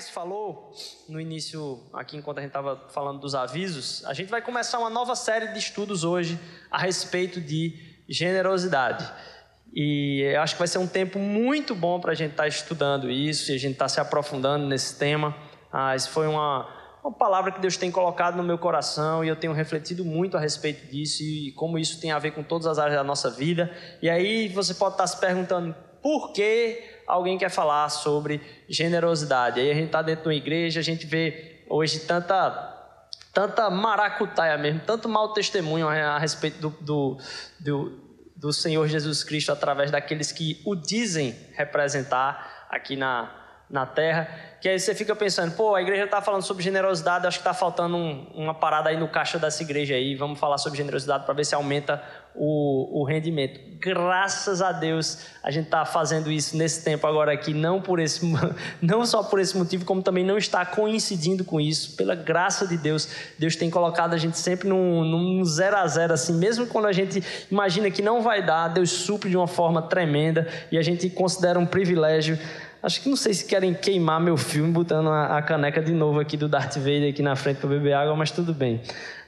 Aires falou no início, aqui enquanto a gente estava falando dos avisos, a gente vai começar uma nova série de estudos hoje a respeito de generosidade. E eu acho que vai ser um tempo muito bom para a gente estar estudando isso e a gente estar se aprofundando nesse tema. Isso foi uma palavra que Deus tem colocado no meu coração e eu tenho refletido muito a respeito disso e como isso tem a ver com todas as áreas da nossa vida. E aí você pode estar se perguntando por que alguém quer falar sobre generosidade. Aí a gente está dentro de uma igreja, a gente vê hoje tanta maracutaia mesmo, tanto mau testemunho a respeito do Senhor Jesus Cristo através daqueles que o dizem representar aqui na terra, que aí você fica pensando, a igreja está falando sobre generosidade, acho que está faltando uma parada aí no caixa dessa igreja aí, vamos falar sobre generosidade para ver se aumenta o rendimento. Graças a Deus a gente está fazendo isso nesse tempo agora aqui, não só por esse motivo, como também não está coincidindo com isso. Pela graça de Deus, Deus tem colocado a gente sempre num 0 a 0 assim, mesmo quando a gente imagina que não vai dar, Deus supre de uma forma tremenda e a gente considera um privilégio. Acho que não sei se querem queimar meu filme botando a caneca de novo aqui do Darth Vader aqui na frente para beber água, mas tudo bem.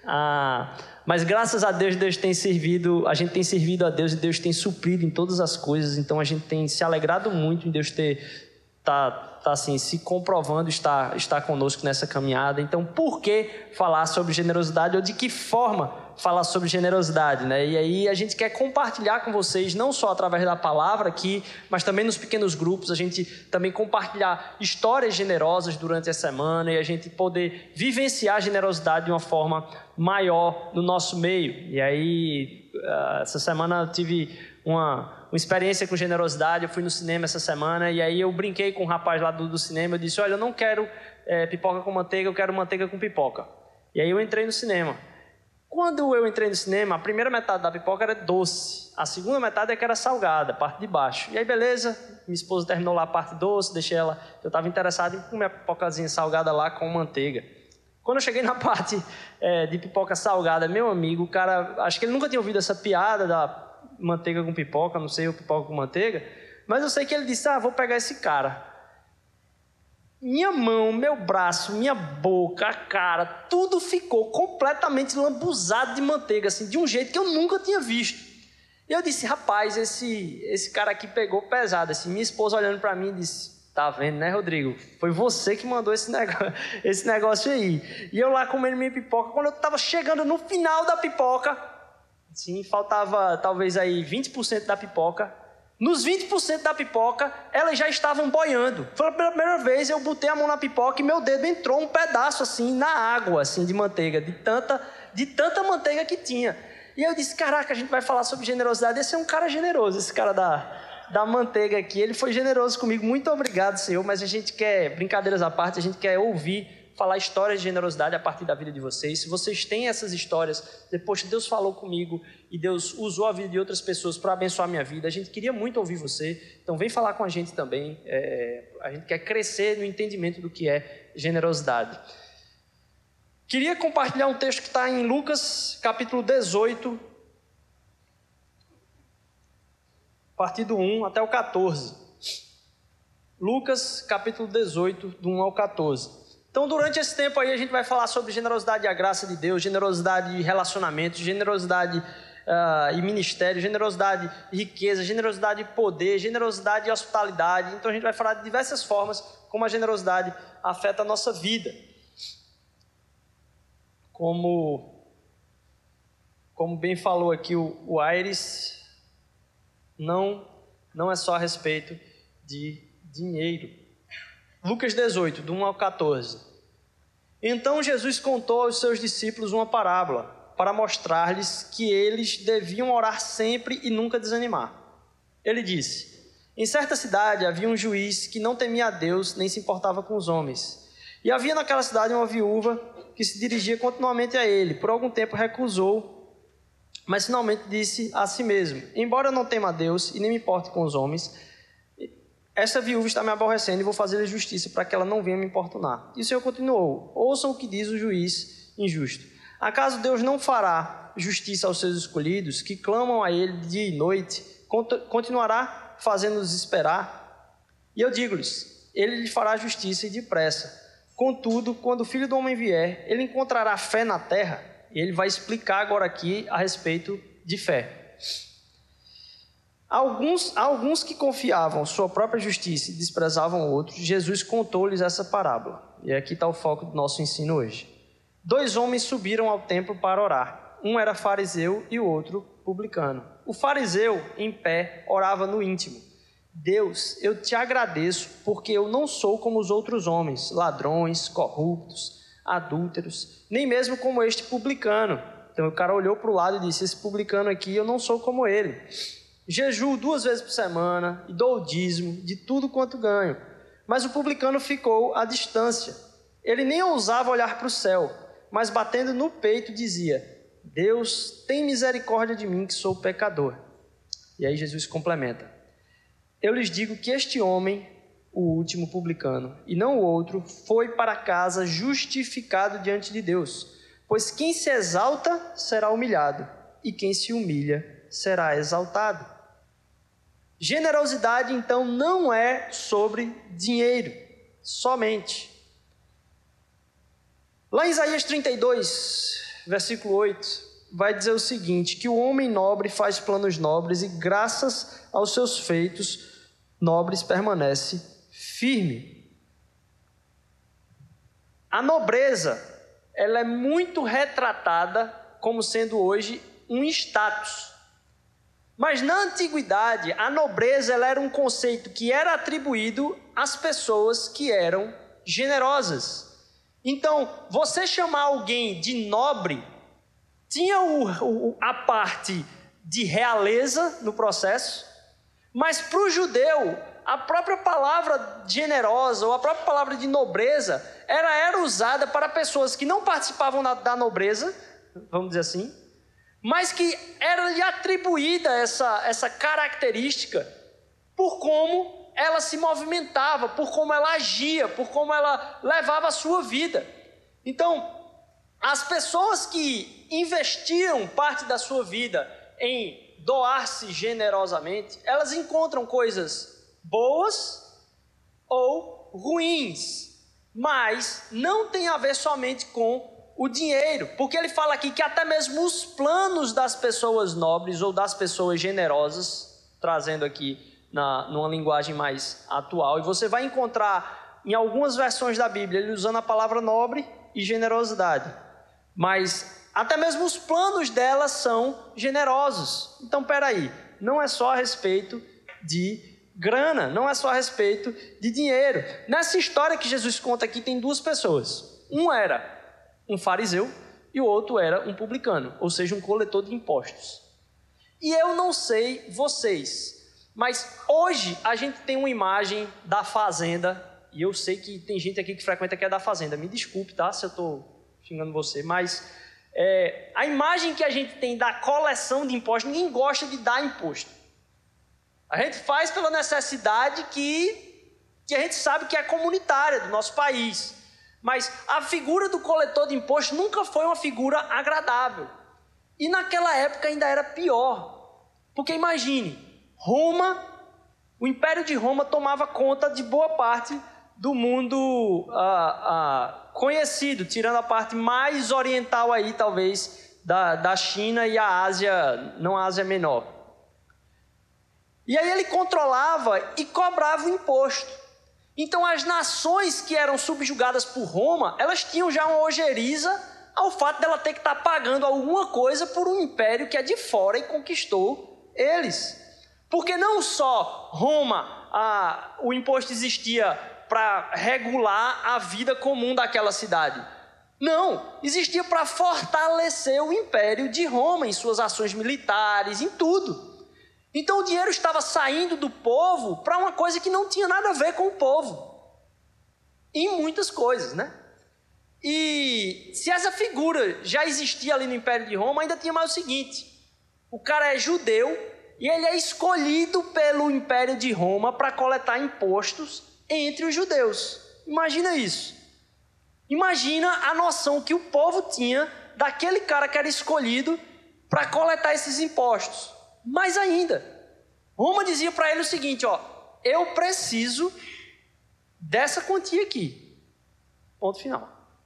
Mas graças a Deus, a gente tem servido a Deus e Deus tem suprido em todas as coisas, então a gente tem se alegrado muito em Deus tá assim, se comprovando estar conosco nessa caminhada. Então, por que falar sobre generosidade ou de que forma falar sobre generosidade, né? E aí a gente quer compartilhar com vocês, não só através da palavra aqui, mas também nos pequenos grupos, a gente também compartilhar histórias generosas durante a semana e a gente poder vivenciar a generosidade de uma forma maior no nosso meio. E aí, essa semana eu tive uma experiência com generosidade. Eu fui no cinema essa semana e aí eu brinquei com um rapaz lá do cinema. Eu disse, olha, eu não quero pipoca com manteiga, eu quero manteiga com pipoca. E aí eu entrei no cinema. Quando eu entrei no cinema, a primeira metade da pipoca era doce, a segunda metade é que era salgada, a parte de baixo. E aí beleza, minha esposa terminou lá a parte doce, deixei ela, eu estava interessado em comer a pipocazinha salgada lá com manteiga. Quando eu cheguei na parte de pipoca salgada, meu amigo, o cara, acho que ele nunca tinha ouvido essa piada da manteiga com pipoca, não sei, o pipoca com manteiga, mas eu sei que ele disse, vou pegar esse cara. Minha mão, meu braço, minha boca, a cara, tudo ficou completamente lambuzado de manteiga, assim, de um jeito que eu nunca tinha visto. E eu disse, rapaz, esse cara aqui pegou pesado, assim. Minha esposa olhando para mim disse, tá vendo, né, Rodrigo? Foi você que mandou esse negócio aí. E eu lá comendo minha pipoca, quando eu estava chegando no final da pipoca, assim, faltava talvez aí 20% da pipoca. Nos 20% da pipoca, elas já estavam boiando. Foi pela primeira vez, eu botei a mão na pipoca e meu dedo entrou um pedaço assim na água, assim, de manteiga, de tanta manteiga que tinha. E eu disse, caraca, a gente vai falar sobre generosidade. Esse é um cara generoso, esse cara da manteiga aqui. Ele foi generoso comigo. Muito obrigado, Senhor. Mas a gente quer, brincadeiras à parte, a gente quer falar histórias de generosidade a partir da vida de vocês. Se vocês têm essas histórias, depois Deus falou comigo e Deus usou a vida de outras pessoas para abençoar a minha vida, a gente queria muito ouvir você, então vem falar com a gente também. A gente quer crescer no entendimento do que é generosidade. Queria compartilhar um texto que está em Lucas capítulo 18, a partir do 1 até o 14. Lucas capítulo 18, do 1 ao 14. Então, durante esse tempo aí, a gente vai falar sobre generosidade e a graça de Deus, generosidade e relacionamentos, generosidade e ministério, generosidade e riqueza, generosidade e poder, generosidade e hospitalidade. Então, a gente vai falar de diversas formas como a generosidade afeta a nossa vida. Como bem falou aqui o Aires, não é só a respeito de dinheiro. Lucas 18, do 1 ao 14. Então Jesus contou aos seus discípulos uma parábola, para mostrar-lhes que eles deviam orar sempre e nunca desanimar. Ele disse, em certa cidade havia um juiz que não temia a Deus, nem se importava com os homens. E havia naquela cidade uma viúva que se dirigia continuamente a ele. Por algum tempo recusou, mas finalmente disse a si mesmo, embora eu não tema a Deus e nem me importe com os homens, esta viúva está me aborrecendo e vou fazer-lhe justiça para que ela não venha me importunar. E o Senhor continuou, ouçam o que diz o juiz injusto. Acaso Deus não fará justiça aos seus escolhidos, que clamam a Ele dia e noite, continuará fazendo-os esperar? E eu digo-lhes, ele lhe fará justiça e depressa. Contudo, quando o Filho do Homem vier, ele encontrará fé na terra? E ele vai explicar agora aqui a respeito de fé. Alguns que confiavam sua própria justiça e desprezavam outros, Jesus contou-lhes essa parábola. E aqui está o foco do nosso ensino hoje. 2 homens subiram ao templo para orar. Um era fariseu e o outro publicano. O fariseu, em pé, orava no íntimo: Deus, eu te agradeço porque eu não sou como os outros homens, ladrões, corruptos, adúlteros, nem mesmo como este publicano. Então o cara olhou para o lado e disse: esse publicano aqui, eu não sou como ele. Jejuo 2 vezes por semana e dou o dízimo de tudo quanto ganho. Mas o publicano ficou à distância. Ele nem ousava olhar para o céu, mas batendo no peito dizia: Deus, tem misericórdia de mim que sou pecador. E aí Jesus complementa: eu lhes digo que este homem, o último publicano, e não o outro, foi para casa justificado diante de Deus. Pois quem se exalta será humilhado, e quem se humilha será exaltado. Generosidade, então, não é sobre dinheiro somente. Lá em Isaías 32, versículo 8, vai dizer o seguinte: que o homem nobre faz planos nobres e graças aos seus feitos nobres permanece firme. A nobreza, ela é muito retratada como sendo hoje um status. Mas na antiguidade, a nobreza ela era um conceito que era atribuído às pessoas que eram generosas. Então, você chamar alguém de nobre, tinha a parte de realeza no processo, mas para o judeu, a própria palavra generosa ou a própria palavra de nobreza era usada para pessoas que não participavam da nobreza, vamos dizer assim, mas que era-lhe atribuída essa característica por como ela se movimentava, por como ela agia, por como ela levava a sua vida. Então, as pessoas que investiam parte da sua vida em doar-se generosamente, elas encontram coisas boas ou ruins, mas não tem a ver somente com o dinheiro, porque ele fala aqui que até mesmo os planos das pessoas nobres ou das pessoas generosas, trazendo aqui numa linguagem mais atual, e você vai encontrar em algumas versões da Bíblia ele usando a palavra nobre e generosidade, mas até mesmo os planos delas são generosos. Então peraí, não é só a respeito de grana, não é só a respeito de dinheiro. Nessa história que Jesus conta aqui tem 2 pessoas, um era um fariseu e o outro era um publicano, ou seja, um coletor de impostos. E eu não sei vocês, mas hoje a gente tem uma imagem da fazenda, e eu sei que tem gente aqui que frequenta que é da fazenda, me desculpe, tá, se eu estou xingando você, mas a imagem que a gente tem da coleção de impostos, ninguém gosta de dar imposto. A gente faz pela necessidade que a gente sabe que é comunitária do nosso país. Mas a figura do coletor de imposto nunca foi uma figura agradável. E naquela época ainda era pior. Porque imagine, Roma, o Império de Roma tomava conta de boa parte do mundo conhecido, tirando a parte mais oriental aí, talvez, da China e a Ásia, não a Ásia Menor. E aí ele controlava e cobrava o imposto. Então as nações que eram subjugadas por Roma, elas tinham já uma ojeriza ao fato dela ter que estar pagando alguma coisa por um império que é de fora e conquistou eles. Porque não só Roma, o imposto existia para regular a vida comum daquela cidade. Não, existia para fortalecer o império de Roma em suas ações militares, em tudo. Então o dinheiro estava saindo do povo para uma coisa que não tinha nada a ver com o povo. Em muitas coisas, né? E se essa figura já existia ali no Império de Roma, ainda tinha mais o seguinte: o cara é judeu e ele é escolhido pelo Império de Roma para coletar impostos entre os judeus. Imagina isso. Imagina a noção que o povo tinha daquele cara que era escolhido para coletar esses impostos. Mais ainda, Roma dizia para ele o seguinte: eu preciso dessa quantia aqui. Ponto final.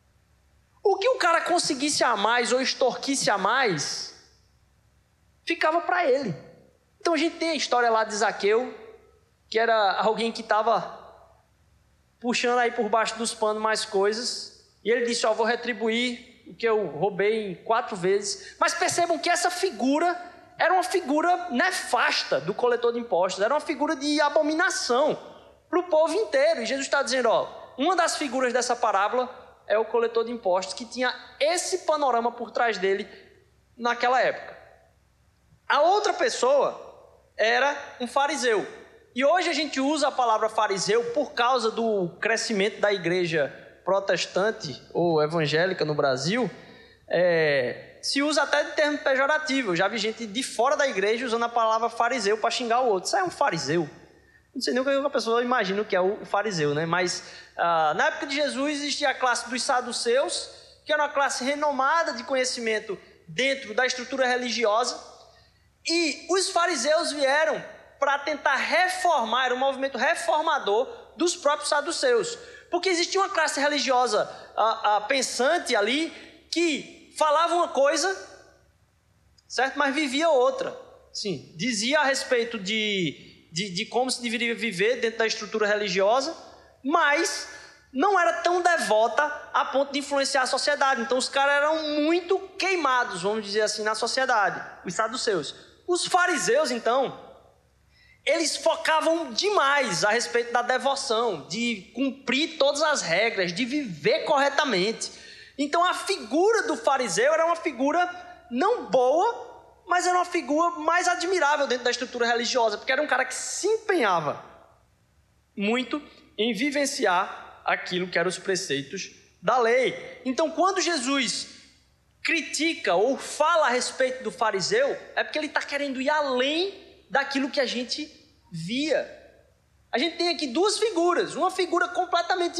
O que o cara conseguisse a mais ou extorquisse a mais, ficava para ele. Então a gente tem a história lá de Zaqueu, que era alguém que estava puxando aí por baixo dos panos mais coisas, e ele disse, vou retribuir o que eu roubei em 4 vezes. Mas percebam que essa figura era uma figura nefasta do coletor de impostos, era uma figura de abominação para o povo inteiro. E Jesus está dizendo, uma das figuras dessa parábola é o coletor de impostos, que tinha esse panorama por trás dele naquela época. A outra pessoa era um fariseu. E hoje a gente usa a palavra fariseu por causa do crescimento da igreja protestante ou evangélica no Brasil. Se usa até de termo pejorativo. Eu já vi gente de fora da igreja usando a palavra fariseu para xingar o outro. Isso é um fariseu. Não sei nem o que a pessoa imagina o que é o fariseu, né? Mas na época de Jesus existia a classe dos saduceus, que era uma classe renomada de conhecimento dentro da estrutura religiosa. E os fariseus vieram para tentar reformar, era um movimento reformador dos próprios saduceus. Porque existia uma classe religiosa pensante ali que falava uma coisa, certo? Mas vivia outra. Sim, dizia a respeito de como se deveria viver dentro da estrutura religiosa, mas não era tão devota a ponto de influenciar a sociedade. Então os caras eram muito queimados, vamos dizer assim, na sociedade, os saduceus. Os fariseus, então, eles focavam demais a respeito da devoção, de cumprir todas as regras, de viver corretamente. Então a figura do fariseu era uma figura não boa, mas era uma figura mais admirável dentro da estrutura religiosa, porque era um cara que se empenhava muito em vivenciar aquilo que eram os preceitos da lei. Então, quando Jesus critica ou fala a respeito do fariseu, é porque ele está querendo ir além daquilo que a gente via. A gente tem aqui 2 figuras, uma figura completamente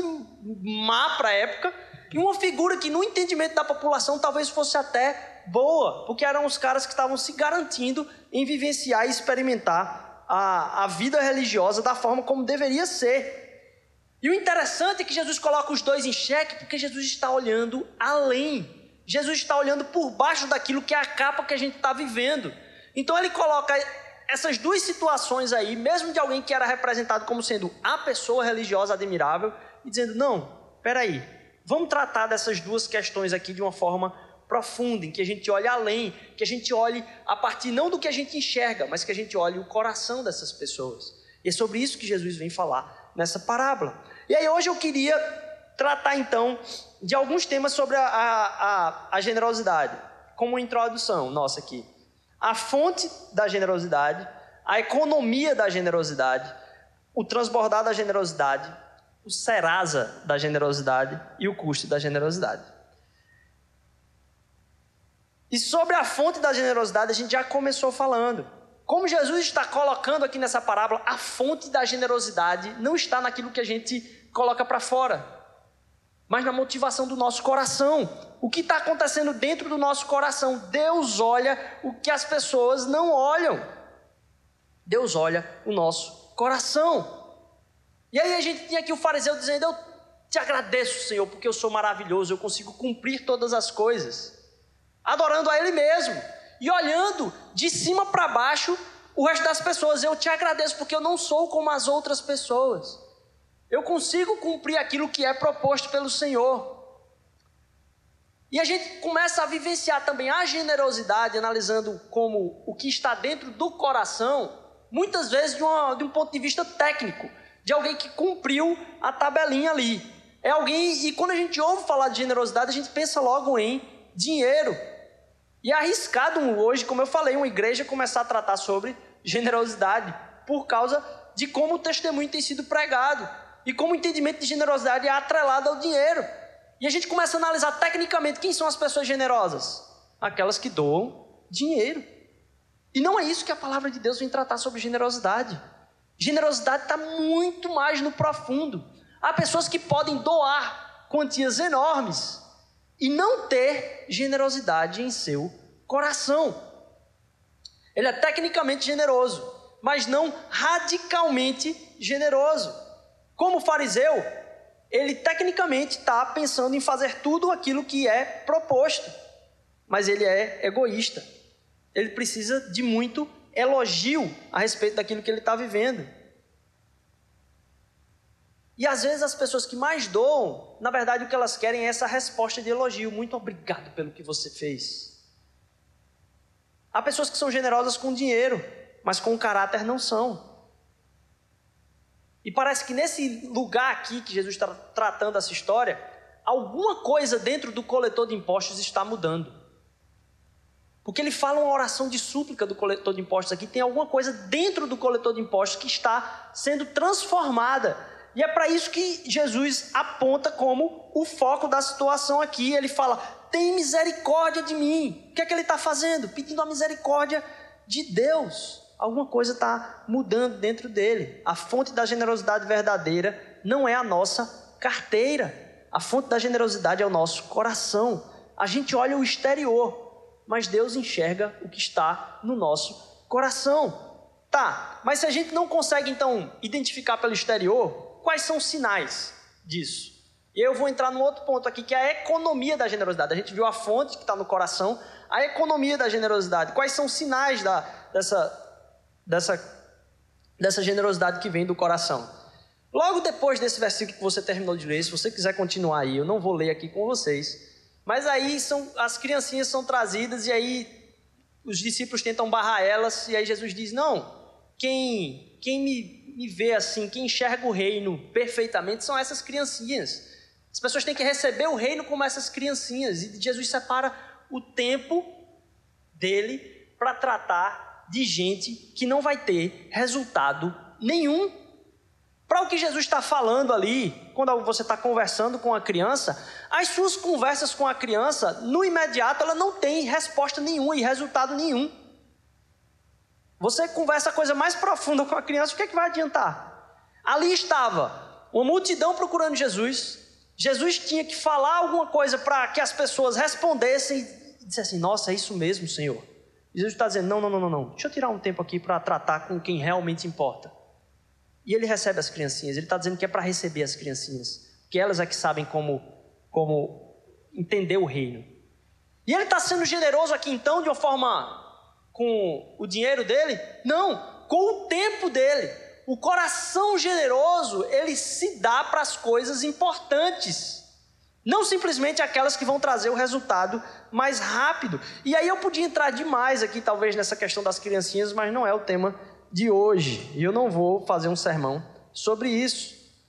má para a época e uma figura que no entendimento da população talvez fosse até boa, porque eram os caras que estavam se garantindo em vivenciar e experimentar a vida religiosa da forma como deveria ser. E o interessante é que Jesus coloca os dois em xeque, porque Jesus está olhando além. Jesus está olhando por baixo daquilo que é a capa que a gente está vivendo. Então ele coloca essas 2 situações aí, mesmo de alguém que era representado como sendo a pessoa religiosa admirável, e dizendo, não, peraí, vamos tratar dessas 2 questões aqui de uma forma profunda, em que a gente olhe além, que a gente olhe a partir não do que a gente enxerga, mas que a gente olhe o coração dessas pessoas. E é sobre isso que Jesus vem falar nessa parábola. E aí hoje eu queria tratar então de alguns temas sobre a generosidade, como introdução nossa aqui. A fonte da generosidade, a economia da generosidade, o transbordar da generosidade, o Serasa da generosidade e o custo da generosidade. E sobre a fonte da generosidade a gente já começou falando. Como Jesus está colocando aqui nessa parábola, a fonte da generosidade não está naquilo que a gente coloca para fora, mas na motivação do nosso coração. O que está acontecendo dentro do nosso coração? Deus olha o que as pessoas não olham. Deus olha o nosso coração. E aí a gente tinha aqui o fariseu dizendo, eu te agradeço, Senhor, porque eu sou maravilhoso, eu consigo cumprir todas as coisas. Adorando a Ele mesmo e olhando de cima para baixo o resto das pessoas. Eu te agradeço porque eu não sou como as outras pessoas. Eu consigo cumprir aquilo que é proposto pelo Senhor. E a gente começa a vivenciar também a generosidade, analisando como o que está dentro do coração, muitas vezes de um ponto de vista técnico, de alguém que cumpriu a tabelinha ali. É alguém, e quando a gente ouve falar de generosidade, a gente pensa logo em dinheiro. E é arriscado hoje, como eu falei, uma igreja começar a tratar sobre generosidade, por causa de como o testemunho tem sido pregado, e como o entendimento de generosidade é atrelado ao dinheiro. E a gente começa a analisar tecnicamente quem são as pessoas generosas. Aquelas que doam dinheiro. E não é isso que a palavra de Deus vem tratar sobre generosidade. Generosidade está muito mais no profundo. Há pessoas que podem doar quantias enormes e não ter generosidade em seu coração. Ele é tecnicamente generoso, mas não radicalmente generoso. Como fariseu, ele tecnicamente está pensando em fazer tudo aquilo que é proposto, mas ele é egoísta. Ele precisa de muito elogio a respeito daquilo que ele está vivendo. E às vezes as pessoas que mais doam, na verdade o que elas querem é essa resposta de elogio. Muito obrigado pelo que você fez. Há pessoas que são generosas com dinheiro, mas com caráter não são. E parece que nesse lugar aqui que Jesus está tratando essa história, alguma coisa dentro do coletor de impostos está mudando. Porque ele fala uma oração de súplica do coletor de impostos aqui, tem alguma coisa dentro do coletor de impostos que está sendo transformada. E é para isso que Jesus aponta como o foco da situação aqui. Ele fala, tem misericórdia de mim. O que é que ele está fazendo? Pedindo a misericórdia de Deus. Alguma coisa está mudando dentro dele. A fonte da generosidade verdadeira não é a nossa carteira. A fonte da generosidade é o nosso coração. A gente olha o exterior, mas Deus enxerga o que está no nosso coração. Tá, mas se a gente não consegue então identificar pelo exterior, quais são os sinais disso? E eu vou entrar num outro ponto aqui, que é a economia da generosidade. A gente viu a fonte que está no coração, a economia da generosidade. Quais são os sinais dessa generosidade que vem do coração? Logo depois desse versículo que você terminou de ler, se você quiser continuar aí, eu não vou ler aqui com vocês, mas aí as criancinhas são trazidas e aí os discípulos tentam barrar elas, e aí Jesus diz, não, quem me vê assim, quem enxerga o reino perfeitamente são essas criancinhas. As pessoas têm que receber o reino como essas criancinhas, e Jesus separa o tempo dele para tratar de gente que não vai ter resultado nenhum. Para o que Jesus está falando ali, quando você está conversando com a criança, as suas conversas com a criança, no imediato, ela não tem resposta nenhuma e resultado nenhum. Você conversa a coisa mais profunda com a criança, o que é que vai adiantar? Ali estava uma multidão procurando Jesus. Jesus tinha que falar alguma coisa para que as pessoas respondessem e dissessem, nossa, é isso mesmo, Senhor. E Jesus está dizendo, não, deixa eu tirar um tempo aqui para tratar com quem realmente importa. E ele recebe as criancinhas, ele está dizendo que é para receber as criancinhas, que elas é que sabem como entender o reino. E ele está sendo generoso aqui então, de uma forma com o dinheiro dele? Não, com o tempo dele. O coração generoso, ele se dá para as coisas importantes, não simplesmente aquelas que vão trazer o resultado mais rápido. E aí eu podia entrar demais aqui, talvez, nessa questão das criancinhas, mas não é o tema de hoje, e eu não vou fazer um sermão sobre isso.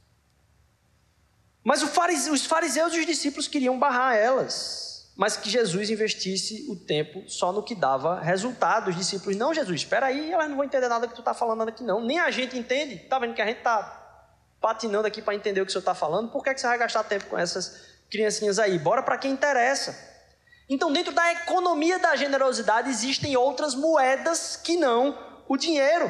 Mas os fariseus e os discípulos queriam barrar elas, mas que Jesus investisse o tempo só no que dava resultado. Os discípulos, não, Jesus, espera aí, elas não vão entender nada que tu está falando aqui não, nem a gente entende, está vendo que a gente está patinando aqui para entender o que o senhor está falando, por que você vai gastar tempo com essas criancinhas aí? Bora para quem interessa. Então, dentro da economia da generosidade, existem outras moedas que não o dinheiro.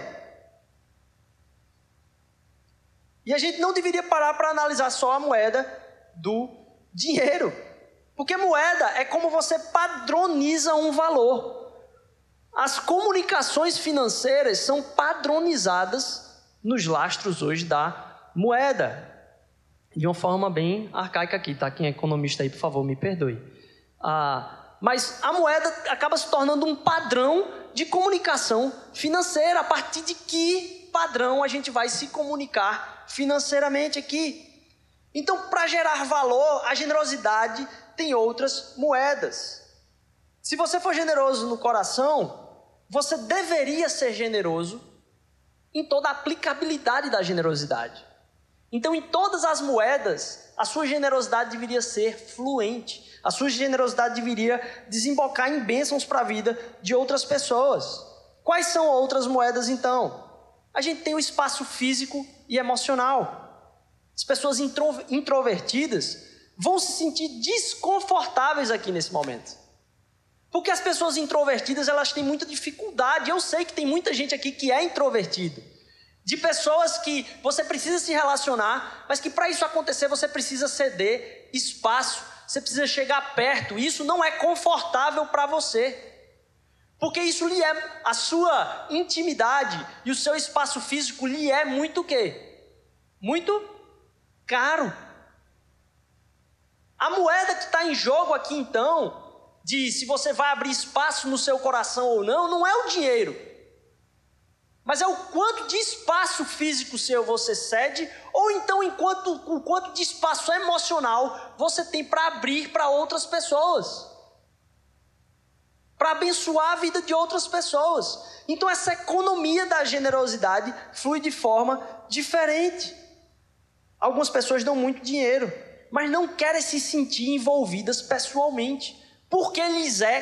E a gente não deveria parar para analisar só a moeda do dinheiro. Porque moeda é como você padroniza um valor. As comunicações financeiras são padronizadas nos lastros hoje da moeda. De uma forma bem arcaica aqui, tá? Quem é economista aí, por favor, me perdoe. Mas a moeda acaba se tornando um padrão de comunicação financeira. A partir de que padrão a gente vai se comunicar financeiramente aqui? Então, para gerar valor, a generosidade tem outras moedas. Se você for generoso no coração, você deveria ser generoso em toda a aplicabilidade da generosidade. Então, em todas as moedas, a sua generosidade deveria ser fluente. A sua generosidade deveria desembocar em bênçãos para a vida de outras pessoas. Quais são outras moedas, então? A gente tem o espaço físico e emocional. As pessoas introvertidas vão se sentir desconfortáveis aqui nesse momento. Porque as pessoas introvertidas, elas têm muita dificuldade. Eu sei que tem muita gente aqui que é introvertido. De pessoas que você precisa se relacionar, mas que para isso acontecer você precisa ceder espaço. Você precisa chegar perto, e isso não é confortável para você. Porque isso lhe é, a sua intimidade e o seu espaço físico lhe é muito o quê? Muito caro. A moeda que está em jogo aqui, então, de se você vai abrir espaço no seu coração ou não, não é o dinheiro. Mas é o quanto de espaço físico seu você cede, ou então o quanto de espaço emocional você tem para abrir para outras pessoas. Para abençoar a vida de outras pessoas. Então essa economia da generosidade flui de forma diferente. Algumas pessoas dão muito dinheiro, mas não querem se sentir envolvidas pessoalmente, porque lhes é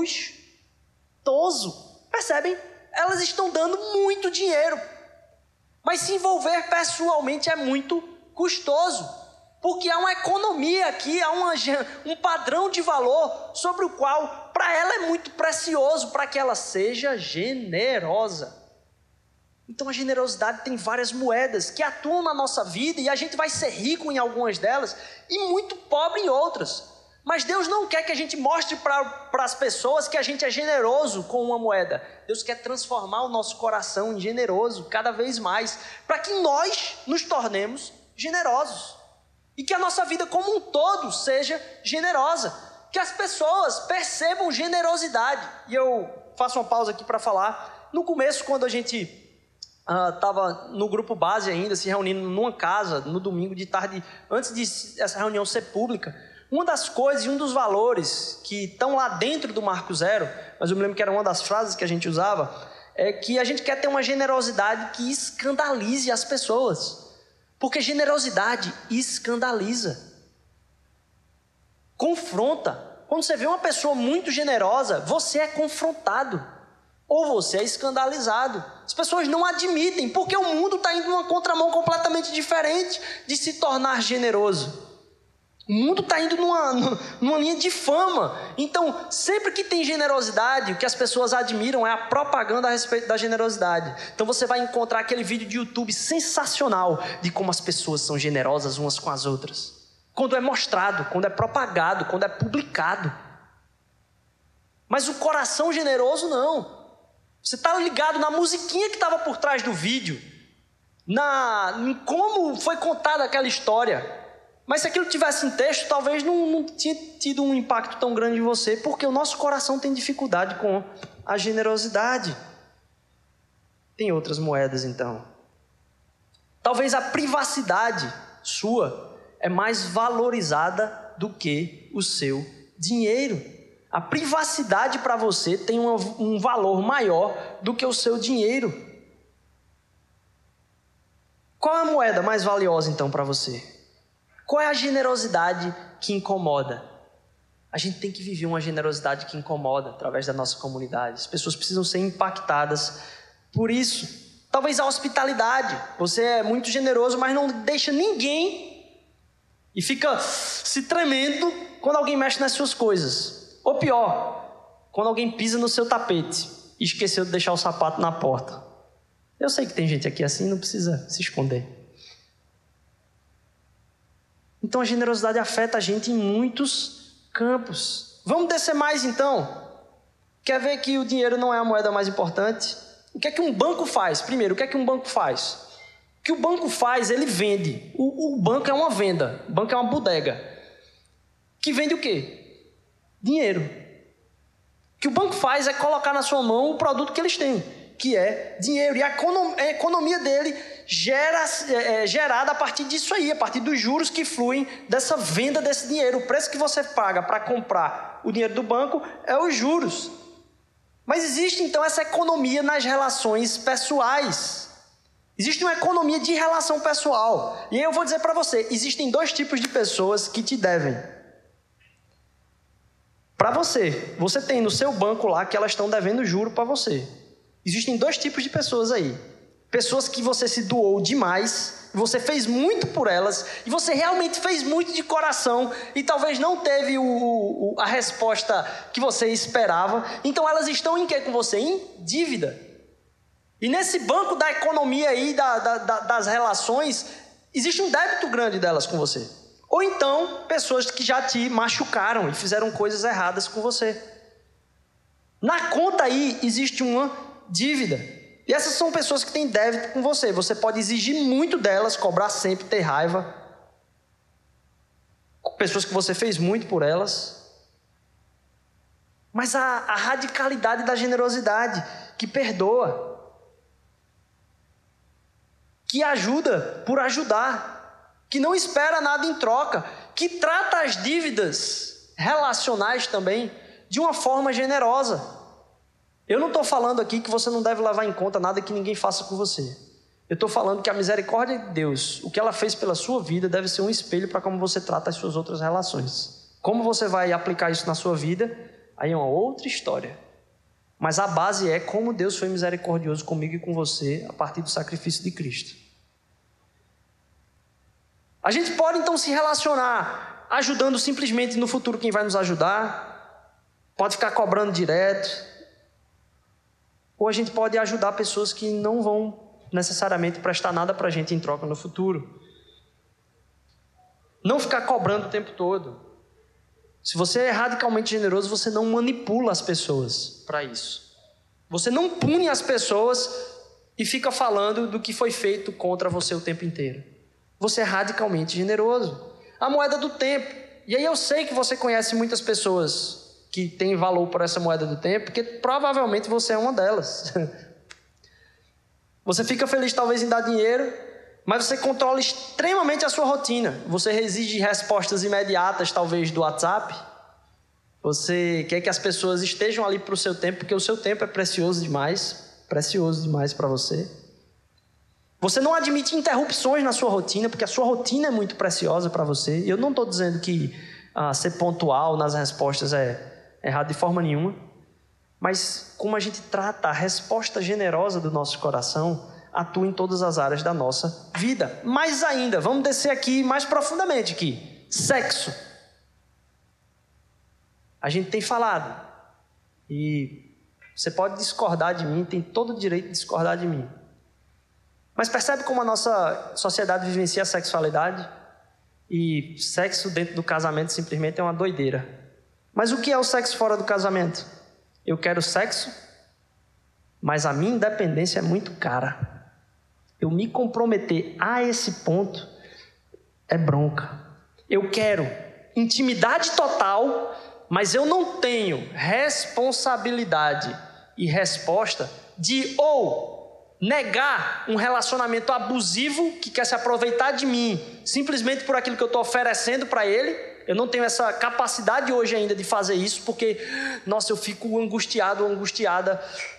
custoso. Percebem? Elas estão dando muito dinheiro, mas se envolver pessoalmente é muito custoso, porque há uma economia aqui, há um padrão de valor sobre o qual, para ela é muito precioso, para que ela seja generosa. Então a generosidade tem várias moedas que atuam na nossa vida, e a gente vai ser rico em algumas delas e muito pobre em outras. Mas Deus não quer que a gente mostre para as pessoas que a gente é generoso com uma moeda. Deus quer transformar o nosso coração em generoso cada vez mais, para que nós nos tornemos generosos. E que a nossa vida como um todo seja generosa. Que as pessoas percebam generosidade. E eu faço uma pausa aqui para falar. No começo, quando a gente estava no grupo base ainda, se reunindo numa casa, no domingo de tarde, antes de essa reunião ser pública, uma das coisas e um dos valores que estão lá dentro do Marco Zero, mas eu me lembro que era uma das frases que a gente usava, é que a gente quer ter uma generosidade que escandalize as pessoas. Porque generosidade escandaliza. Confronta. Quando você vê uma pessoa muito generosa, você é confrontado. Ou você é escandalizado. As pessoas não admitem, porque o mundo está indo numa contramão completamente diferente de se tornar generoso. O mundo está indo numa linha de fama. Então, sempre que tem generosidade, o que as pessoas admiram é a propaganda a respeito da generosidade. Então você vai encontrar aquele vídeo de YouTube sensacional de como as pessoas são generosas umas com as outras. Quando é mostrado, quando é propagado, quando é publicado. Mas o coração generoso não. Você está ligado na musiquinha que estava por trás do vídeo, em como foi contada aquela história. Mas se aquilo tivesse em texto, talvez não tinha tido um impacto tão grande em você, porque o nosso coração tem dificuldade com a generosidade. Tem outras moedas, então. Talvez a privacidade sua é mais valorizada do que o seu dinheiro. A privacidade para você tem um valor maior do que o seu dinheiro. Qual é a moeda mais valiosa, então, para você? Qual é a generosidade que incomoda? A gente tem que viver uma generosidade que incomoda através da nossa comunidade. As pessoas precisam ser impactadas por isso. Talvez a hospitalidade. Você é muito generoso, mas não deixa ninguém e fica se tremendo quando alguém mexe nas suas coisas. Ou pior, quando alguém pisa no seu tapete e esqueceu de deixar o sapato na porta. Eu sei que tem gente aqui assim, não precisa se esconder. Então a generosidade afeta a gente em muitos campos. Vamos descer mais então. Quer ver que o dinheiro não é a moeda mais importante? O que é que um banco faz? Primeiro, o que é que um banco faz? O que o banco faz, ele vende. O banco é uma venda. O banco é uma bodega. Que vende o quê? Dinheiro. O que o banco faz é colocar na sua mão o produto que eles têm, que é dinheiro. E a economia dele gerada a partir disso aí, a partir dos juros que fluem dessa venda desse dinheiro. O preço que você paga para comprar o dinheiro do banco é os juros. Mas existe então essa economia nas relações pessoais. Existe uma economia de relação pessoal. E aí eu vou dizer para você, existem dois tipos de pessoas que te devem. Para você tem no seu banco lá que elas estão devendo juro para você. Existem dois tipos de pessoas aí. Pessoas que você se doou demais, você fez muito por elas, e você realmente fez muito de coração, e talvez não teve a resposta que você esperava. Então elas estão em quê com você? Em dívida. E nesse banco da economia aí, das relações, existe um débito grande delas com você. Ou então, pessoas que já te machucaram e fizeram coisas erradas com você. Na conta aí, existe uma dívida. E essas são pessoas que têm débito com você. Você pode exigir muito delas, cobrar sempre, ter raiva. pessoas que você fez muito por elas. Mas a radicalidade da generosidade, que perdoa, que ajuda por ajudar, que não espera nada em troca, que trata as dívidas relacionais também de uma forma generosa. Eu não estou falando aqui que você não deve levar em conta nada que ninguém faça por você. Eu estou falando que a misericórdia de Deus, o que ela fez pela sua vida, deve ser um espelho para como você trata as suas outras relações. Como você vai aplicar isso na sua vida, aí é uma outra história. Mas a base é como Deus foi misericordioso comigo e com você a partir do sacrifício de Cristo. A gente pode então se relacionar ajudando simplesmente no futuro quem vai nos ajudar, pode ficar cobrando direto, ou a gente pode ajudar pessoas que não vão necessariamente prestar nada para a gente em troca no futuro. Não ficar cobrando o tempo todo. Se você é radicalmente generoso, você não manipula as pessoas para isso. Você não pune as pessoas e fica falando do que foi feito contra você o tempo inteiro. Você é radicalmente generoso. A moeda do tempo. E aí eu sei que você conhece muitas pessoas que têm valor por essa moeda do tempo, porque provavelmente você é uma delas. Você fica feliz talvez em dar dinheiro, mas você controla extremamente a sua rotina. Você exige respostas imediatas talvez do WhatsApp. Você quer que as pessoas estejam ali para o seu tempo, porque o seu tempo é precioso demais para você. Você não admite interrupções na sua rotina, porque a sua rotina é muito preciosa para você. Eu não estou dizendo que ser pontual nas respostas é errado de forma nenhuma. Mas como a gente trata a resposta generosa do nosso coração, atua em todas as áreas da nossa vida. Mais ainda, vamos descer aqui mais profundamente aqui. Sexo. A gente tem falado. E você pode discordar de mim, tem todo o direito de discordar de mim. Mas percebe como a nossa sociedade vivencia a sexualidade? E sexo dentro do casamento simplesmente é uma doideira. Mas o que é o sexo fora do casamento? Eu quero sexo, mas a minha independência é muito cara. Eu me comprometer a esse ponto é bronca. Eu quero intimidade total, mas eu não tenho responsabilidade e resposta de ou negar um relacionamento abusivo que quer se aproveitar de mim, simplesmente por aquilo que eu estou oferecendo para ele. Eu não tenho essa capacidade hoje ainda de fazer isso, porque, nossa, eu fico angustiado, angustiada,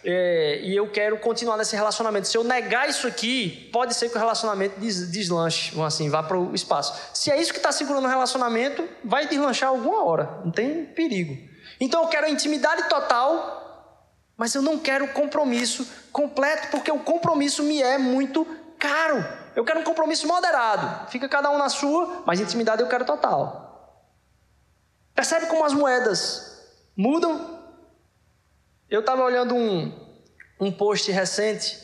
e eu quero continuar nesse relacionamento. Se eu negar isso aqui, pode ser que o relacionamento deslanche, assim, vá para o espaço. Se é isso que está segurando o relacionamento, vai deslanchar alguma hora, não tem perigo. Então eu quero a intimidade total, mas eu não quero compromisso completo, porque o compromisso me é muito caro. Eu quero um compromisso moderado, fica cada um na sua, mas intimidade eu quero total. Percebe como as moedas mudam? Eu estava olhando um post recente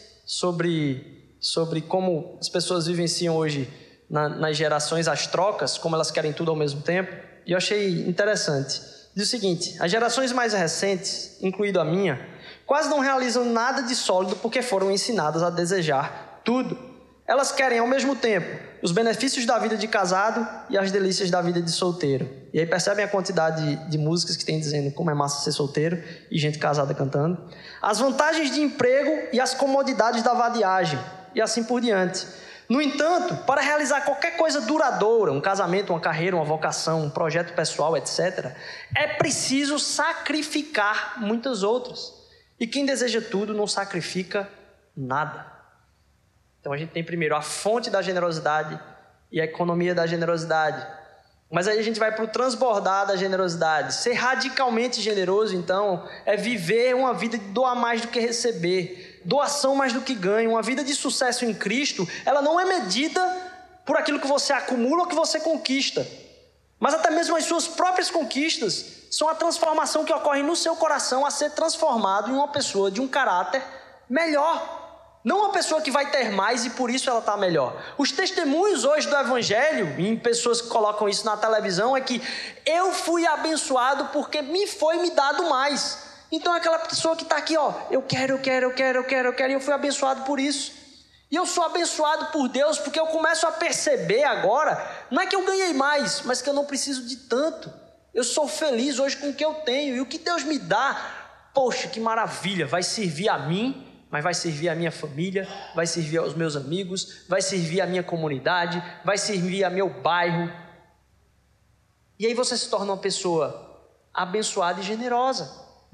sobre como as pessoas vivenciam hoje nas gerações as trocas, como elas querem tudo ao mesmo tempo, e eu achei interessante. Diz o seguinte: as gerações mais recentes, incluindo a minha, quase não realizam nada de sólido porque foram ensinadas a desejar tudo. Elas querem ao mesmo tempo os benefícios da vida de casado e as delícias da vida de solteiro. E aí percebem a quantidade de músicas que tem dizendo como é massa ser solteiro e gente casada cantando. As vantagens de emprego e as comodidades da vadiagem e assim por diante. No entanto, para realizar qualquer coisa duradoura, um casamento, uma carreira, uma vocação, um projeto pessoal, etc., é preciso sacrificar muitas outras. E quem deseja tudo não sacrifica nada. Então a gente tem primeiro a fonte da generosidade e a economia da generosidade. Mas aí a gente vai para o transbordar da generosidade. Ser radicalmente generoso, então, é viver uma vida de doar mais do que receber. Doação mais do que ganho. Uma vida de sucesso em Cristo, ela não é medida por aquilo que você acumula ou que você conquista. Mas até mesmo as suas próprias conquistas são a transformação que ocorre no seu coração a ser transformado em uma pessoa de um caráter melhor. Não uma pessoa que vai ter mais e por isso ela está melhor. Os testemunhos hoje do Evangelho, em pessoas que colocam isso na televisão, é que eu fui abençoado porque me dado mais. Então aquela pessoa que está aqui, ó, eu quero, e eu fui abençoado por isso. E eu sou abençoado por Deus porque eu começo a perceber agora, não é que eu ganhei mais, mas que eu não preciso de tanto. Eu sou feliz hoje com o que eu tenho. E o que Deus me dá, poxa, que maravilha, vai servir a mim, mas vai servir a minha família, vai servir aos meus amigos, vai servir a minha comunidade, vai servir a meu bairro. E aí você se torna uma pessoa abençoada e generosa.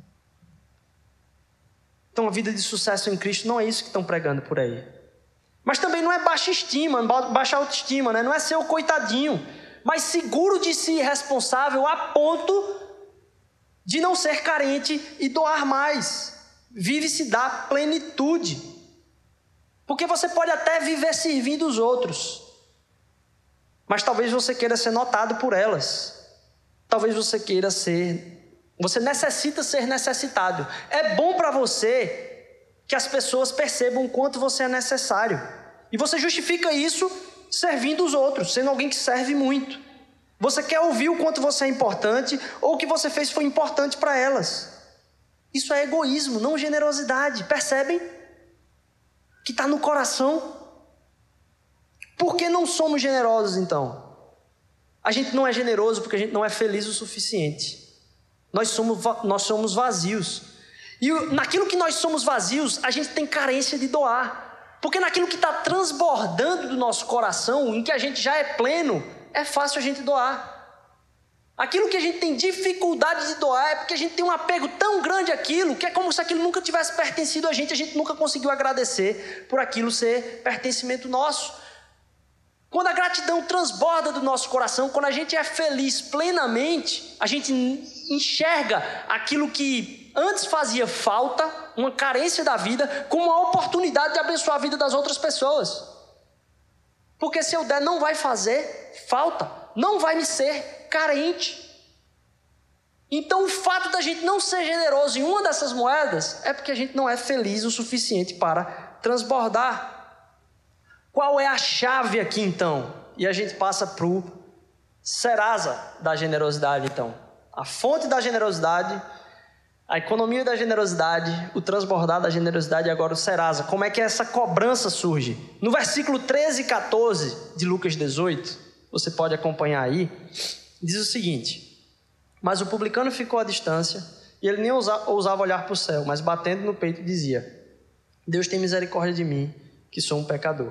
Então a vida de sucesso em Cristo não é isso que estão pregando por aí. Mas também não é baixa estima, baixa autoestima, né? Não é ser o coitadinho, mas seguro de si, responsável a ponto de não ser carente e doar mais. Vive-se da plenitude. Porque você pode até viver servindo os outros, mas talvez você queira ser notado por elas. Talvez você queira ser... Você necessita ser necessitado. É bom para você que as pessoas percebam o quanto você é necessário. E você justifica isso servindo os outros, sendo alguém que serve muito. Você quer ouvir o quanto você é importante, ou o que você fez foi importante para elas. Isso é egoísmo, não generosidade. Percebem? Que está no coração. Por que não somos generosos então? A gente não é generoso porque a gente não é feliz o suficiente. Nós somos vazios. E naquilo que nós somos vazios, a gente tem carência de doar. Porque naquilo que está transbordando do nosso coração, em que a gente já é pleno, é fácil a gente doar. Aquilo que a gente tem dificuldade de doar é porque a gente tem um apego tão grande àquilo, que é como se aquilo nunca tivesse pertencido a gente nunca conseguiu agradecer por aquilo ser pertencimento nosso. Quando a gratidão transborda do nosso coração, quando a gente é feliz plenamente, a gente enxerga aquilo que antes fazia falta, uma carência da vida, como uma oportunidade de abençoar a vida das outras pessoas. Porque se eu der, não vai fazer falta, não vai me ser carente. Então o fato da gente não ser generoso em uma dessas moedas é porque a gente não é feliz o suficiente para transbordar. Qual é a chave aqui então? E a gente passa para o Serasa da generosidade então. A fonte da generosidade, a economia da generosidade, o transbordar da generosidade e agora o Serasa. Como é que essa cobrança surge? No versículo 13 e 14 de Lucas 18, você pode acompanhar aí, diz o seguinte: mas o publicano ficou à distância e ele nem ousava olhar para o céu, mas batendo no peito dizia: Deus tem misericórdia de mim, que sou um pecador.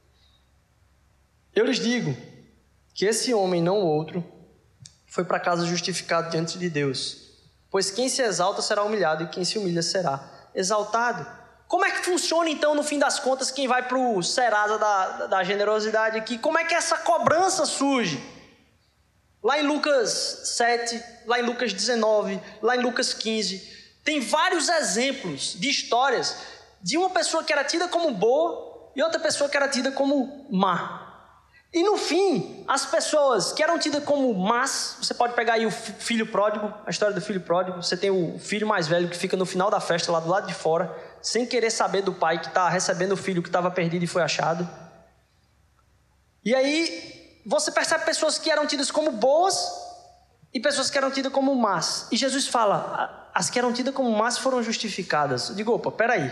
Eu lhes digo que esse homem, não o outro, foi para casa justificado diante de Deus. Pois quem se exalta será humilhado e quem se humilha será exaltado. Como é que funciona então, no fim das contas, quem vai para o Serasa da generosidade aqui? Como é que essa cobrança surge? Lá em Lucas 7, lá em Lucas 19, lá em Lucas 15, tem vários exemplos de histórias de uma pessoa que era tida como boa e outra pessoa que era tida como má. E no fim, as pessoas que eram tidas como más, você pode pegar aí o filho pródigo, a história do filho pródigo. Você tem o filho mais velho que fica no final da festa, lá do lado de fora, sem querer saber do pai que está recebendo o filho que estava perdido e foi achado. E aí, você percebe pessoas que eram tidas como boas e pessoas que eram tidas como más. E Jesus fala, as que eram tidas como más foram justificadas. Eu digo, opa, peraí.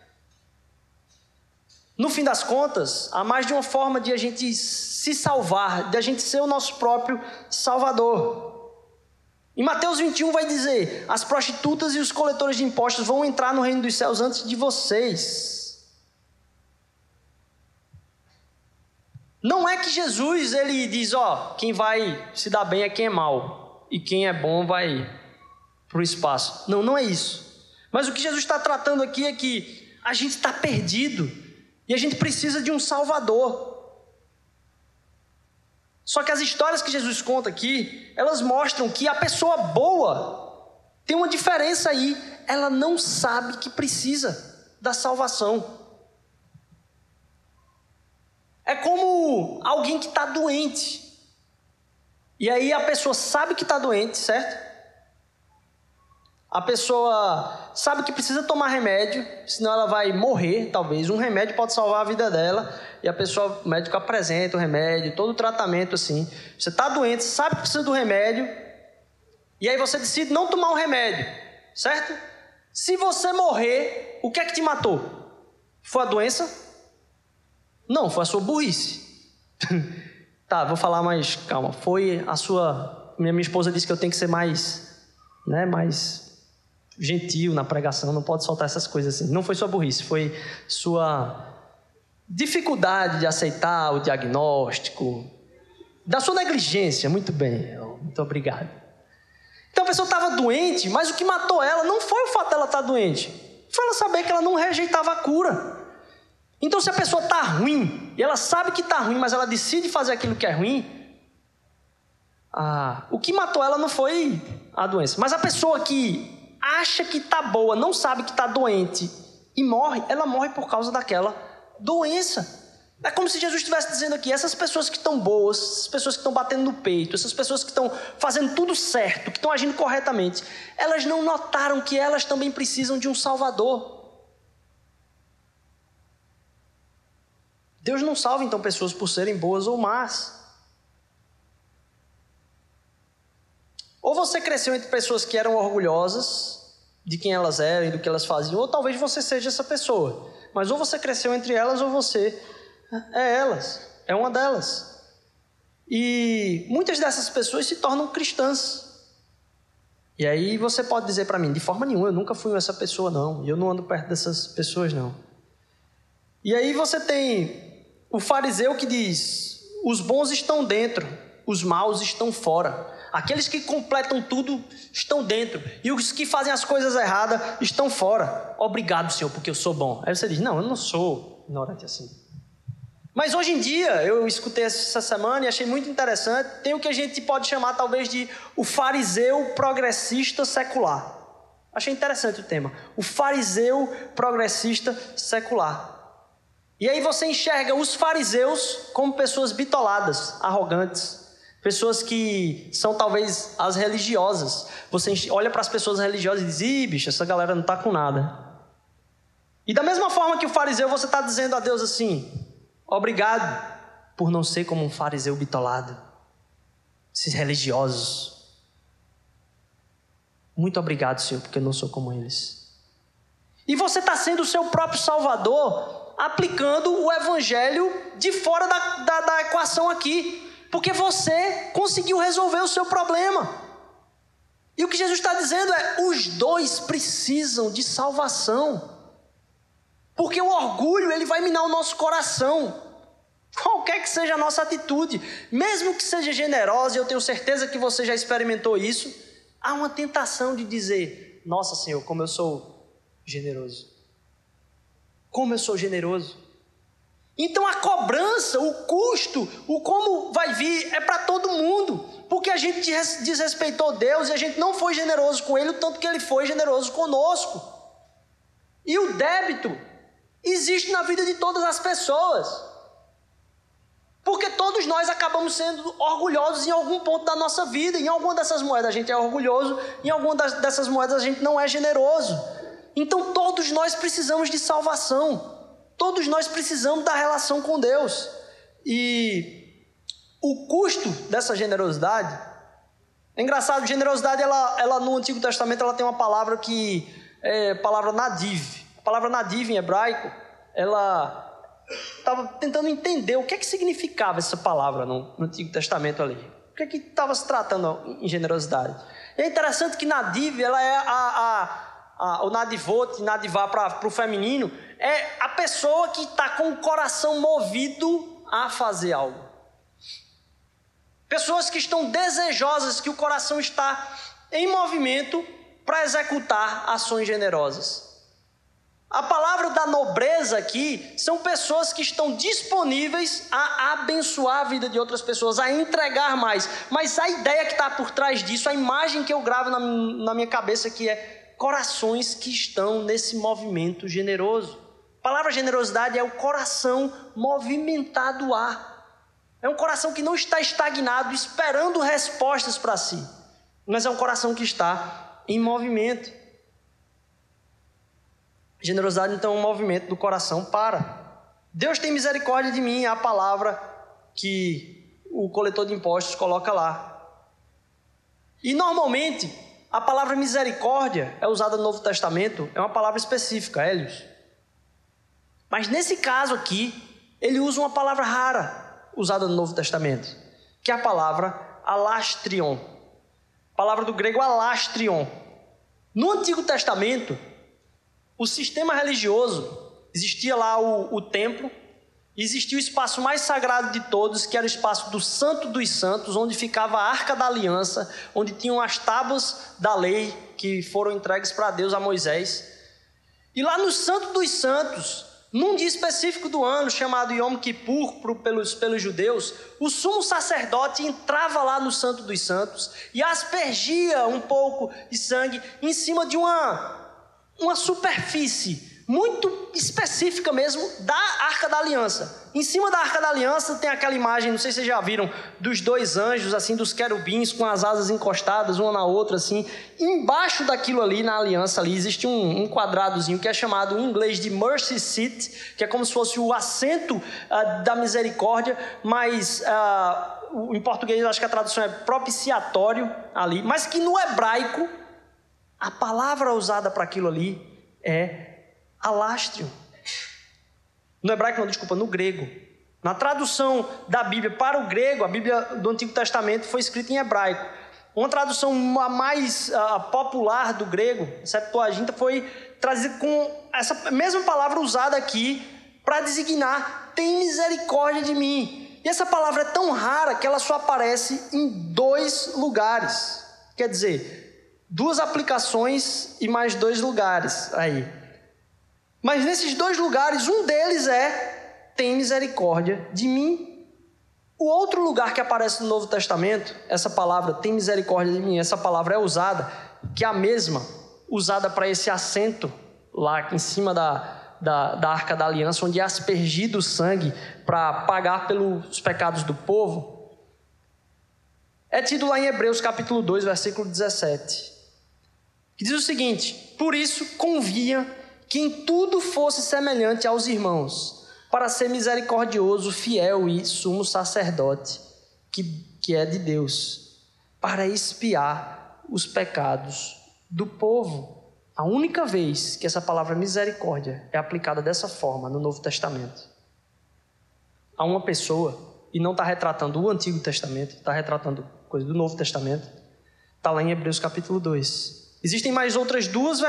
No fim das contas, há mais de uma forma de a gente se salvar, de a gente ser o nosso próprio Salvador. Em Mateus 21 vai dizer: as prostitutas e os coletores de impostos vão entrar no reino dos céus antes de vocês. Não é que Jesus ele diz, quem vai se dar bem é quem é mau, e quem é bom vai para o espaço. Não, não é isso. Mas o que Jesus está tratando aqui é que a gente está perdido. E a gente precisa de um Salvador. Só que as histórias que Jesus conta aqui, elas mostram que a pessoa boa tem uma diferença aí. Ela não sabe que precisa da salvação. É como alguém que está doente. E aí a pessoa sabe que está doente, certo? A pessoa sabe que precisa tomar remédio, senão ela vai morrer, talvez. Um remédio pode salvar a vida dela. E o médico apresenta o remédio, todo o tratamento assim. Você está doente, sabe que precisa do remédio. E aí você decide não tomar o remédio, certo? Se você morrer, o que é que te matou? Foi a doença? Não, foi a sua burrice. Tá, vou falar mais, calma. Foi a sua... Minha esposa disse que eu tenho que ser mais, né, mais gentil na pregação, não pode soltar essas coisas assim. Não foi sua burrice, foi sua dificuldade de aceitar o diagnóstico, da sua negligência. Muito bem, muito obrigado. Então a pessoa estava doente, mas o que matou ela não foi o fato dela estar doente, foi ela saber que ela não rejeitava a cura. Então se a pessoa está ruim, e ela sabe que está ruim, mas ela decide fazer aquilo que é ruim, o que matou ela não foi a doença. Mas a pessoa que acha que está boa, não sabe que está doente e morre, ela morre por causa daquela doença. É como se Jesus estivesse dizendo aqui, essas pessoas que estão boas, essas pessoas que estão batendo no peito, essas pessoas que estão fazendo tudo certo, que estão agindo corretamente, elas não notaram que elas também precisam de um Salvador. Deus não salva então pessoas por serem boas ou más. Ou você cresceu entre pessoas que eram orgulhosas de quem elas eram e do que elas faziam, ou talvez você seja essa pessoa. Mas ou você cresceu entre elas, ou você é elas, é uma delas. E muitas dessas pessoas se tornam cristãs. E aí você pode dizer para mim, de forma nenhuma, eu nunca fui essa pessoa não, e eu não ando perto dessas pessoas não. E aí você tem o fariseu que diz, os bons estão dentro, os maus estão fora. Aqueles que completam tudo estão dentro, e os que fazem as coisas erradas estão fora. Obrigado, Senhor, porque eu sou bom. Aí você diz, não, eu não sou ignorante assim. Mas hoje em dia, eu escutei essa semana e achei muito interessante, tem o que a gente pode chamar talvez de o fariseu progressista secular. Achei interessante o tema, o fariseu progressista secular. E aí você enxerga os fariseus como pessoas bitoladas, arrogantes, pessoas que são talvez as religiosas. Você olha para as pessoas religiosas e diz, ih, bicho, essa galera não está com nada. E da mesma forma que o fariseu, você está dizendo a Deus assim, obrigado por não ser como um fariseu bitolado, esses religiosos. Muito obrigado, Senhor, porque eu não sou como eles. E você está sendo o seu próprio salvador, aplicando o evangelho de fora da equação aqui. Porque você conseguiu resolver o seu problema. E o que Jesus está dizendo é, os dois precisam de salvação. Porque o orgulho, ele vai minar o nosso coração. Qualquer que seja a nossa atitude, mesmo que seja generosa, e eu tenho certeza que você já experimentou isso, há uma tentação de dizer, nossa Senhor, como eu sou generoso. Como eu sou generoso. Então a cobrança, o custo, o como vai vir é para todo mundo, porque a gente desrespeitou Deus e a gente não foi generoso com Ele, o tanto que Ele foi generoso conosco. E o débito existe na vida de todas as pessoas, porque todos nós acabamos sendo orgulhosos em algum ponto da nossa vida. Em alguma dessas moedas a gente é orgulhoso, em alguma dessas moedas a gente não é generoso. Então todos nós precisamos de salvação. Todos nós precisamos da relação com Deus. E o custo dessa generosidade... É engraçado, generosidade, ela no Antigo Testamento, ela tem uma palavra que é a palavra nadiv. A palavra nadiv em hebraico, ela estava tentando entender o que é que significava essa palavra no Antigo Testamento ali. O que é que estava se tratando em generosidade. É interessante que nadiv, ela é o nadivot, nadivá para o feminino, é a pessoa que está com o coração movido a fazer algo. Pessoas que estão desejosas, que o coração está em movimento para executar ações generosas. A palavra da nobreza aqui são pessoas que estão disponíveis a abençoar a vida de outras pessoas, a entregar mais. Mas a ideia que está por trás disso, a imagem que eu gravo na minha cabeça que é corações que estão nesse movimento generoso. A palavra generosidade é o coração movimentado a. É um coração que não está estagnado, esperando respostas para si. Mas é um coração que está em movimento. Generosidade, então, é um movimento do coração para. Deus tem misericórdia de mim, é a palavra que o coletor de impostos coloca lá. E, normalmente, a palavra misericórdia é usada no Novo Testamento, é uma palavra específica, Hélios. Mas nesse caso aqui, ele usa uma palavra rara, usada no Novo Testamento, que é a palavra alastrion. Palavra do grego alastrion. No Antigo Testamento, o sistema religioso, existia lá o templo, existia o espaço mais sagrado de todos, que era o espaço do Santo dos Santos, onde ficava a Arca da Aliança, onde tinham as tábuas da lei que foram entregues para Deus a Moisés. E lá no Santo dos Santos, num dia específico do ano, chamado Yom Kippur pelos judeus, o sumo sacerdote entrava lá no Santo dos Santos e aspergia um pouco de sangue em cima de uma superfície muito específica mesmo da Arca da Aliança. Em cima da Arca da Aliança tem aquela imagem, não sei se vocês já viram, dos dois anjos, assim, dos querubins com as asas encostadas uma na outra, assim. Embaixo daquilo ali, na aliança ali, existe um quadradozinho que é chamado em inglês de mercy seat, que é como se fosse o assento da misericórdia, mas em português eu acho que a tradução é propiciatório ali, mas que no hebraico, a palavra usada para aquilo ali é alastrio. No hebraico não, desculpa, no grego. Na tradução da Bíblia para o grego, a Bíblia do Antigo Testamento foi escrita em hebraico. Uma tradução mais popular do grego, Septuaginta, foi trazida com essa mesma palavra usada aqui para designar tem misericórdia de mim. E essa palavra é tão rara que ela só aparece em 2 lugares. Quer dizer, 2 aplicações e mais 2 lugares aí. Mas nesses 2 lugares, um deles é tem misericórdia de mim. O outro lugar que aparece no Novo Testamento, essa palavra tem misericórdia de mim, essa palavra é usada, que é a mesma, usada para esse assento lá em cima da Arca da Aliança, onde é aspergido o sangue para pagar pelos pecados do povo, é tido lá em Hebreus capítulo 2, versículo 17, que diz o seguinte: por isso convinha que em tudo fosse semelhante aos irmãos, para ser misericordioso, fiel e sumo sacerdote, que é de Deus, para expiar os pecados do povo. A única vez que essa palavra misericórdia é aplicada dessa forma no Novo Testamento, a uma pessoa, e não está retratando o Antigo Testamento, está retratando coisa do Novo Testamento, está lá em Hebreus capítulo 2. Existem mais outros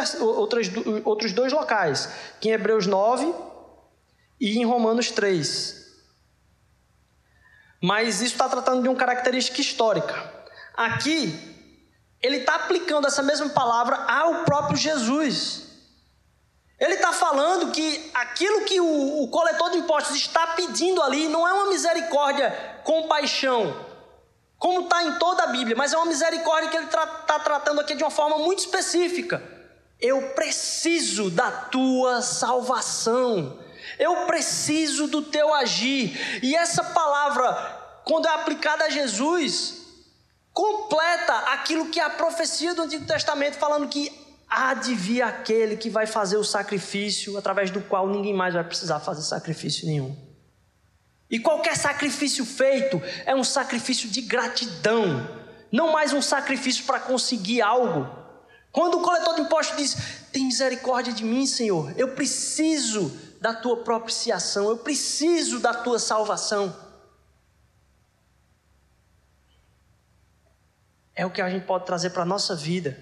2 locais, que em Hebreus 9 e em Romanos 3. Mas isso está tratando de uma característica histórica. Aqui, ele está aplicando essa mesma palavra ao próprio Jesus. Ele está falando que aquilo que o coletor de impostos está pedindo ali não é uma misericórdia com paixão, como está em toda a Bíblia, mas é uma misericórdia que ele está tratando aqui de uma forma muito específica. Eu preciso da tua salvação, eu preciso do teu agir. E essa palavra, quando é aplicada a Jesus, completa aquilo que é a profecia do Antigo Testamento, falando que há de vir aquele que vai fazer o sacrifício, através do qual ninguém mais vai precisar fazer sacrifício nenhum. E qualquer sacrifício feito é um sacrifício de gratidão, não mais um sacrifício para conseguir algo. Quando o coletor de impostos diz, tem misericórdia de mim, Senhor, eu preciso da tua propiciação, eu preciso da tua salvação. É o que a gente pode trazer para a nossa vida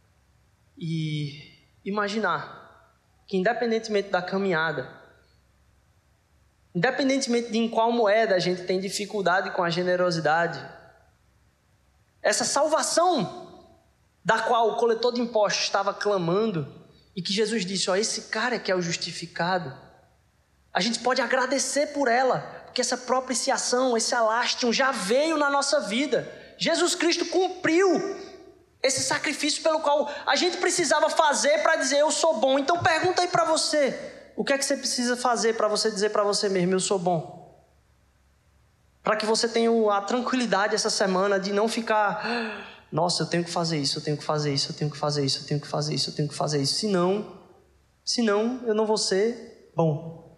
e imaginar que, independentemente da caminhada, independentemente de em qual moeda a gente tem dificuldade com a generosidade, essa salvação da qual o coletor de impostos estava clamando e que Jesus disse, esse cara é que é o justificado, a gente pode agradecer por ela, porque essa propiciação, esse alastrio já veio na nossa vida. Jesus Cristo cumpriu esse sacrifício pelo qual a gente precisava fazer para dizer eu sou bom. Então pergunta aí para você, o que é que você precisa fazer para você dizer para você mesmo, eu sou bom? Para que você tenha a tranquilidade essa semana de não ficar, nossa, eu tenho que fazer isso, eu tenho que fazer isso, eu tenho que fazer isso, eu tenho que fazer isso, eu tenho que fazer isso. Senão eu não vou ser bom.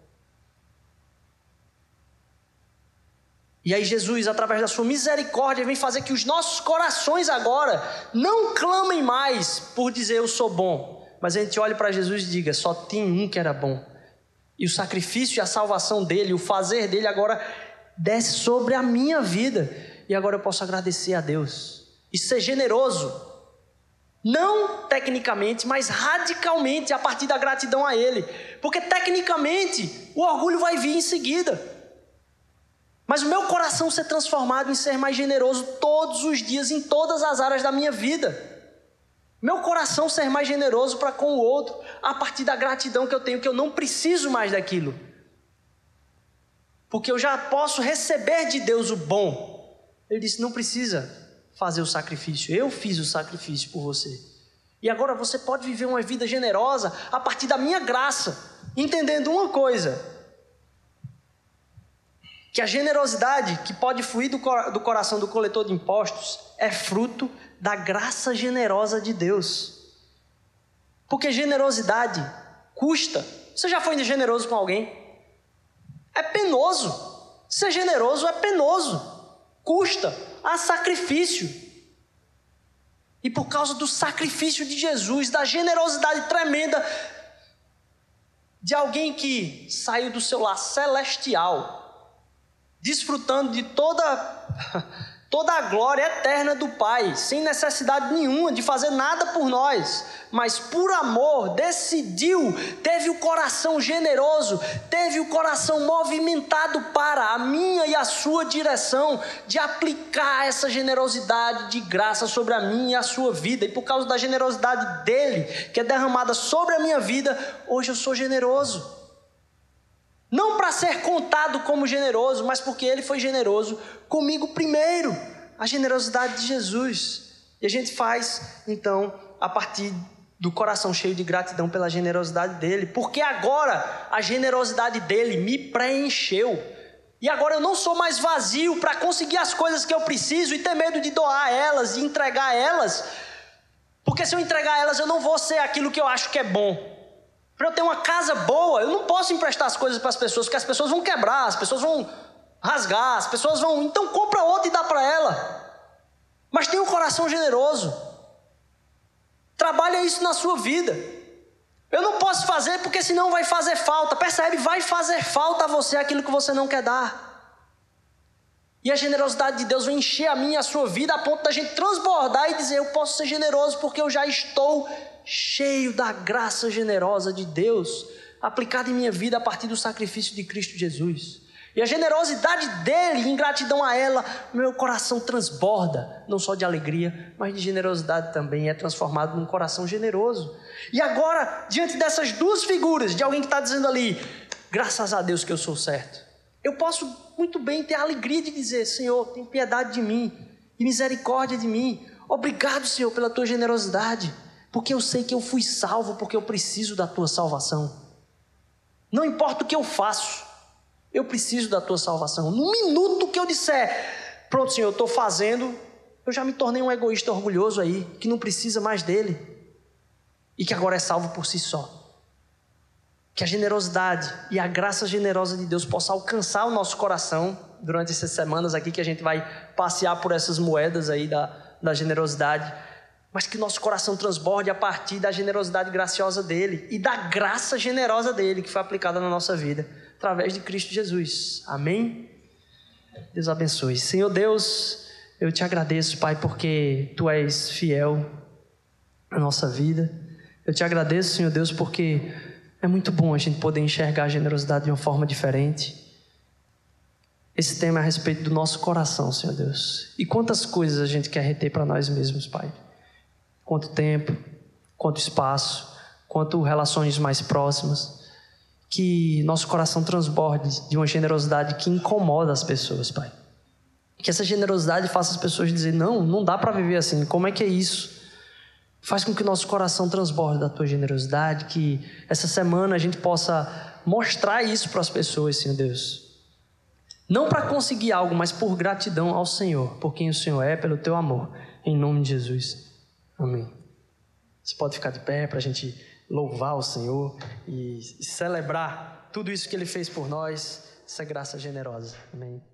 E aí Jesus, através da sua misericórdia, vem fazer que os nossos corações agora não clamem mais por dizer eu sou bom. Mas a gente olhe para Jesus e diga, só tem um que era bom. E o sacrifício e a salvação dele, o fazer dele agora desce sobre a minha vida. E agora eu posso agradecer a Deus e ser generoso. Não tecnicamente, mas radicalmente a partir da gratidão a Ele. Porque tecnicamente o orgulho vai vir em seguida. Mas o meu coração ser transformado em ser mais generoso todos os dias, em todas as áreas da minha vida. Meu coração ser mais generoso para com o outro, a partir da gratidão que eu tenho, que eu não preciso mais daquilo. Porque eu já posso receber de Deus o bom. Ele disse, não precisa fazer o sacrifício, eu fiz o sacrifício por você. E agora você pode viver uma vida generosa a partir da minha graça, entendendo uma coisa, que a generosidade que pode fluir do coração do coletor de impostos é fruto da graça generosa de Deus. Porque generosidade custa. Você já foi generoso com alguém? É penoso. Ser generoso é penoso. Custa. Há sacrifício. E por causa do sacrifício de Jesus, da generosidade tremenda de alguém que saiu do seu lar celestial, desfrutando de toda a glória eterna do Pai, sem necessidade nenhuma de fazer nada por nós, mas por amor decidiu, teve o coração generoso, teve o coração movimentado para a minha e a sua direção, de aplicar essa generosidade de graça sobre a minha e a sua vida. E por causa da generosidade dele, que é derramada sobre a minha vida, hoje eu sou generoso. Não para ser contado como generoso, mas porque ele foi generoso comigo primeiro. A generosidade de Jesus. E a gente faz, então, a partir do coração cheio de gratidão pela generosidade dele. Porque agora a generosidade dele me preencheu. E agora eu não sou mais vazio para conseguir as coisas que eu preciso e ter medo de doar elas, de entregar elas. Porque se eu entregar elas, eu não vou ser aquilo que eu acho que é bom. Para eu ter uma casa boa, eu não posso emprestar as coisas para as pessoas, porque as pessoas vão quebrar, as pessoas vão rasgar, as pessoas vão... Então compra outra e dá para ela. Mas tenha um coração generoso. Trabalha isso na sua vida. Eu não posso fazer porque senão vai fazer falta. Percebe? Vai fazer falta a você aquilo que você não quer dar. E a generosidade de Deus vai encher a minha e a sua vida a ponto da gente transbordar e dizer, eu posso ser generoso porque eu já estou cheio da graça generosa de Deus, aplicada em minha vida a partir do sacrifício de Cristo Jesus. E a generosidade dele, em gratidão a ela, meu coração transborda, não só de alegria, mas de generosidade também, é transformado num coração generoso. E agora, diante dessas duas figuras, de alguém que está dizendo ali, graças a Deus que eu sou certo, eu posso muito bem ter a alegria de dizer, Senhor, tem piedade de mim, e misericórdia de mim, obrigado, Senhor, pela tua generosidade, porque eu sei que eu fui salvo, porque eu preciso da tua salvação. Não importa o que eu faço, eu preciso da tua salvação. No minuto que eu disser, pronto, Senhor, eu estou fazendo, eu já me tornei um egoísta orgulhoso aí, que não precisa mais dele, e que agora é salvo por si só. Que a generosidade e a graça generosa de Deus possa alcançar o nosso coração durante essas semanas aqui, que a gente vai passear por essas moedas aí da generosidade, mas que nosso coração transborde a partir da generosidade graciosa dele e da graça generosa dele que foi aplicada na nossa vida, através de Cristo Jesus. Amém? Deus abençoe. Senhor Deus, eu te agradeço, Pai, porque Tu és fiel à nossa vida. Eu te agradeço, Senhor Deus, porque é muito bom a gente poder enxergar a generosidade de uma forma diferente. Esse tema é a respeito do nosso coração, Senhor Deus. E quantas coisas a gente quer reter para nós mesmos, Pai. Quanto tempo, quanto espaço, quanto relações mais próximas. Que nosso coração transborde de uma generosidade que incomoda as pessoas, Pai. Que essa generosidade faça as pessoas dizer, não dá para viver assim, como é que é isso? Faz com que nosso coração transborde da Tua generosidade, que essa semana a gente possa mostrar isso para as pessoas, Senhor Deus. Não para conseguir algo, mas por gratidão ao Senhor, por quem o Senhor é, pelo Teu amor. Em nome de Jesus. Amém. Você pode ficar de pé para a gente louvar o Senhor e celebrar tudo isso que Ele fez por nós, essa graça generosa. Amém.